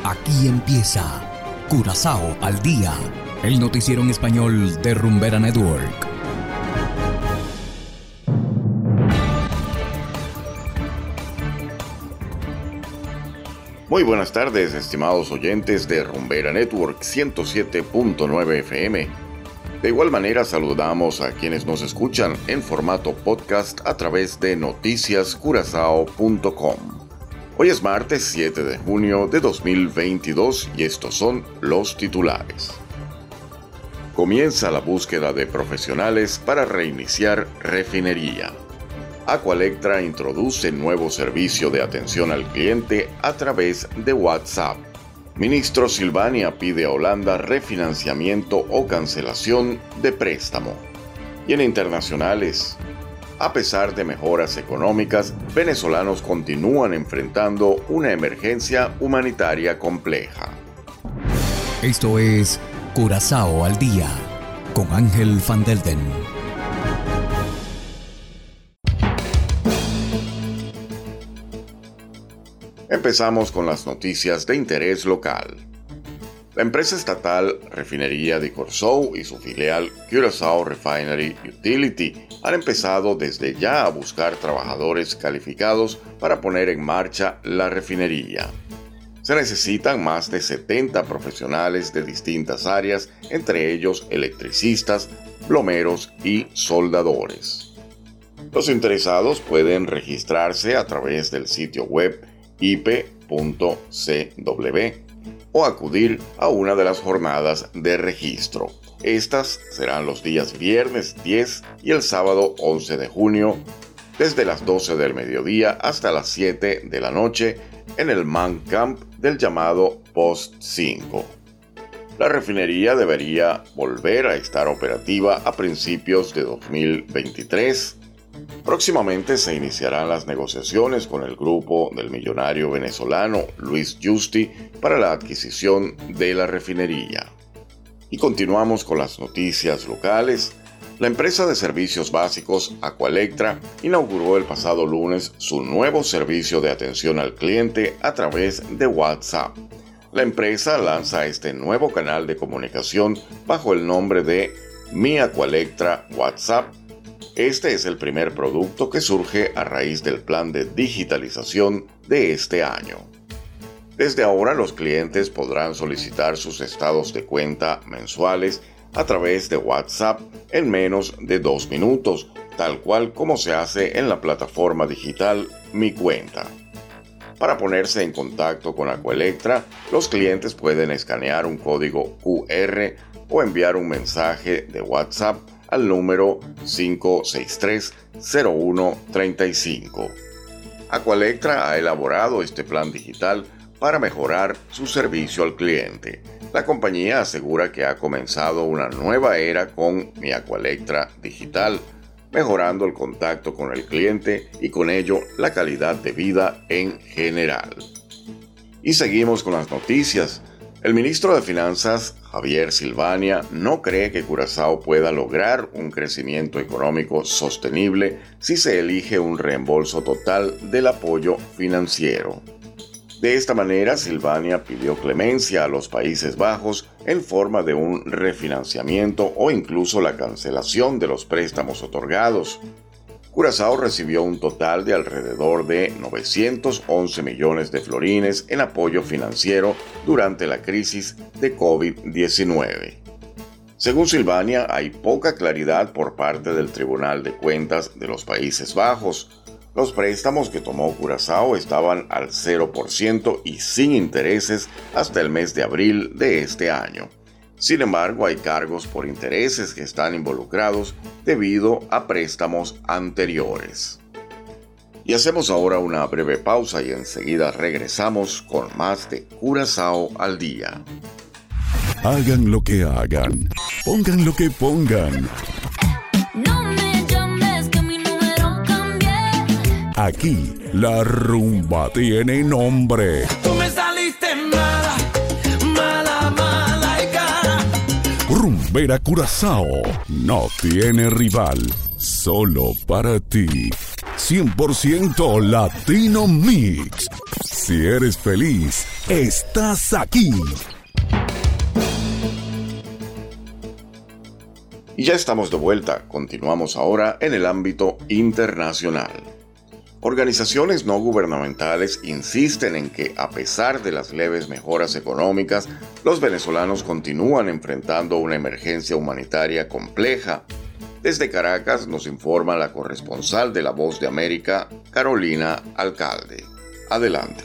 Aquí empieza Curazao al Día, el noticiero en español de Rumbera Network. Muy buenas tardes, estimados oyentes de Rumbera Network 107.9 FM. De igual manera saludamos a quienes nos escuchan en formato podcast a través de noticiascurazao.com. Hoy es martes 7 de junio de 2022 y estos son los titulares. Comienza la búsqueda de profesionales para reiniciar refinería. Aqualectra introduce nuevo servicio de atención al cliente a través de WhatsApp. Ministro Silvania pide a Holanda refinanciamiento o cancelación de préstamo. Y en internacionales, a pesar de mejoras económicas, venezolanos continúan enfrentando una emergencia humanitaria compleja. Esto es Curazao al Día, con Ángel Van Delden. Empezamos con las noticias de interés local. La empresa estatal Refinería de Curaçao y su filial Curaçao Refinery Utility han empezado desde ya a buscar trabajadores calificados para poner en marcha la refinería. Se necesitan más de 70 profesionales de distintas áreas, entre ellos electricistas, plomeros y soldadores. Los interesados pueden registrarse a través del sitio web ip.cw o acudir a una de las jornadas de registro. Estas serán los días viernes 10 y el sábado 11 de junio, desde las 12 del mediodía hasta las 7 de la noche en el Man Camp del llamado Post 5. La refinería debería volver a estar operativa a principios de 2023. Próximamente se iniciarán las negociaciones con el grupo del millonario venezolano Luis Justi para la adquisición de la refinería. Y continuamos con las noticias locales. La empresa de servicios básicos Aqualectra inauguró el pasado lunes su nuevo servicio de atención al cliente a través de WhatsApp. La empresa lanza este nuevo canal de comunicación bajo el nombre de Mi Aqualectra WhatsApp. Este es el primer producto que surge a raíz del plan de digitalización de este año. Desde ahora los clientes podrán solicitar sus estados de cuenta mensuales a través de WhatsApp en menos de 2 minutos, tal cual como se hace en la plataforma digital Mi Cuenta. Para ponerse en contacto con Aqualectra, los clientes pueden escanear un código QR o enviar un mensaje de WhatsApp al número 563-0135. Aqualectra ha elaborado este plan digital para mejorar su servicio al cliente. La compañía asegura que ha comenzado una nueva era con Mi Aqualectra Digital, mejorando el contacto con el cliente y con ello la calidad de vida en general. Y seguimos con las noticias. El ministro de Finanzas, Javier Silvania, no cree que Curazao pueda lograr un crecimiento económico sostenible si se elige un reembolso total del apoyo financiero. De esta manera, Silvania pidió clemencia a los Países Bajos en forma de un refinanciamiento o incluso la cancelación de los préstamos otorgados. Curazao recibió un total de alrededor de 911 millones de florines en apoyo financiero durante la crisis de COVID-19. Según Silvania, hay poca claridad por parte del Tribunal de Cuentas de los Países Bajos. Los préstamos que tomó Curazao estaban al 0% y sin intereses hasta el mes de abril de este año. Sin embargo, hay cargos por intereses que están involucrados debido a préstamos anteriores. Y hacemos ahora una breve pausa y enseguida regresamos con más de Curazao al Día. Hagan lo que hagan, pongan lo que pongan. No me llames que mi número cambié. Aquí la rumba tiene nombre. Tú me saliste mala, mala, mala y cara. Rumbera Curazao no tiene rival, solo para ti. 100% Latino Mix. Si eres feliz, estás aquí. Y ya estamos de vuelta. Continuamos ahora en el ámbito internacional. Organizaciones no gubernamentales insisten en que, a pesar de las leves mejoras económicas, los venezolanos continúan enfrentando una emergencia humanitaria compleja. Desde Caracas nos informa la corresponsal de La Voz de América, Carolina Alcalde. Adelante.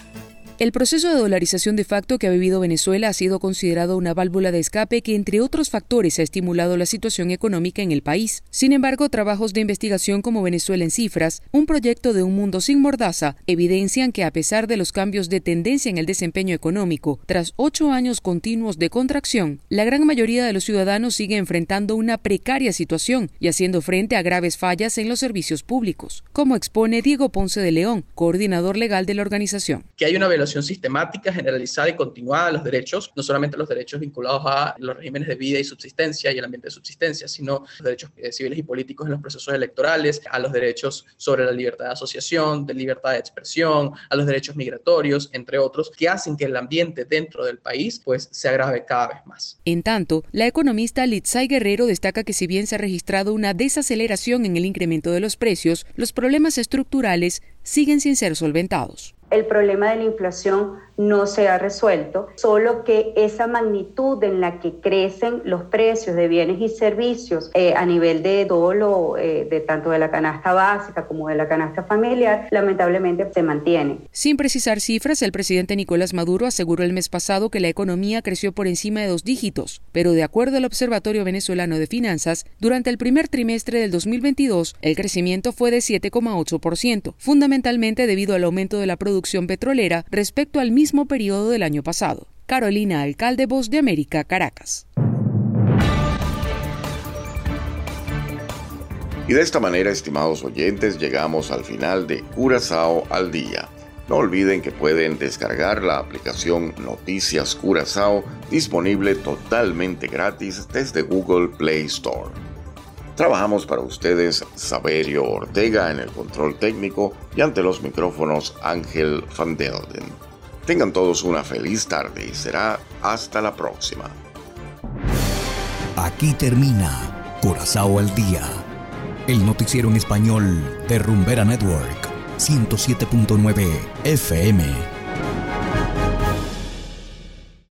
El proceso de dolarización de facto que ha vivido Venezuela ha sido considerado una válvula de escape que, entre otros factores, ha estimulado la situación económica en el país. Sin embargo, trabajos de investigación como Venezuela en Cifras, un proyecto de Un Mundo Sin Mordaza, evidencian que a pesar de los cambios de tendencia en el desempeño económico, tras 8 años continuos de contracción, la gran mayoría de los ciudadanos sigue enfrentando una precaria situación y haciendo frente a graves fallas en los servicios públicos, como expone Diego Ponce de León, coordinador legal de la organización. Que hay una violación sistemática, generalizada y continuada de los derechos, no solamente los derechos vinculados a los regímenes de vida y subsistencia y el ambiente de subsistencia, sino los derechos civiles y políticos en los procesos electorales, a los derechos sobre la libertad de asociación, de libertad de expresión, a los derechos migratorios, entre otros, que hacen que el ambiente dentro del país pues se agrave cada vez más. En tanto, la economista Litzay Guerrero destaca que si bien se ha registrado una desaceleración en el incremento de los precios, los problemas estructurales siguen sin ser solventados. El problema de la inflación no se ha resuelto, solo que esa magnitud en la que crecen los precios de bienes y servicios a nivel de todo lo, de tanto de la canasta básica como de la canasta familiar, lamentablemente se mantiene. Sin precisar cifras, el presidente Nicolás Maduro aseguró el mes pasado que la economía creció por encima de 2 dígitos, pero de acuerdo al Observatorio Venezolano de Finanzas, durante el primer trimestre del 2022, el crecimiento fue de 7,8%, fundamentalmente debido al aumento de la producción petrolera respecto al mismo periodo del año pasado. Carolina Alcalde, Voz de América, Caracas. Y de esta manera, estimados oyentes, llegamos al final de Curazao al Día. No olviden que pueden descargar la aplicación Noticias Curazao, disponible totalmente gratis desde Google Play Store. Trabajamos para ustedes Saverio Ortega en el control técnico y ante los micrófonos Ángel Van Delden. Tengan todos una feliz tarde y será hasta la próxima. Aquí termina Curazao al Día, el noticiero en español de Rumbera Network 107.9 FM.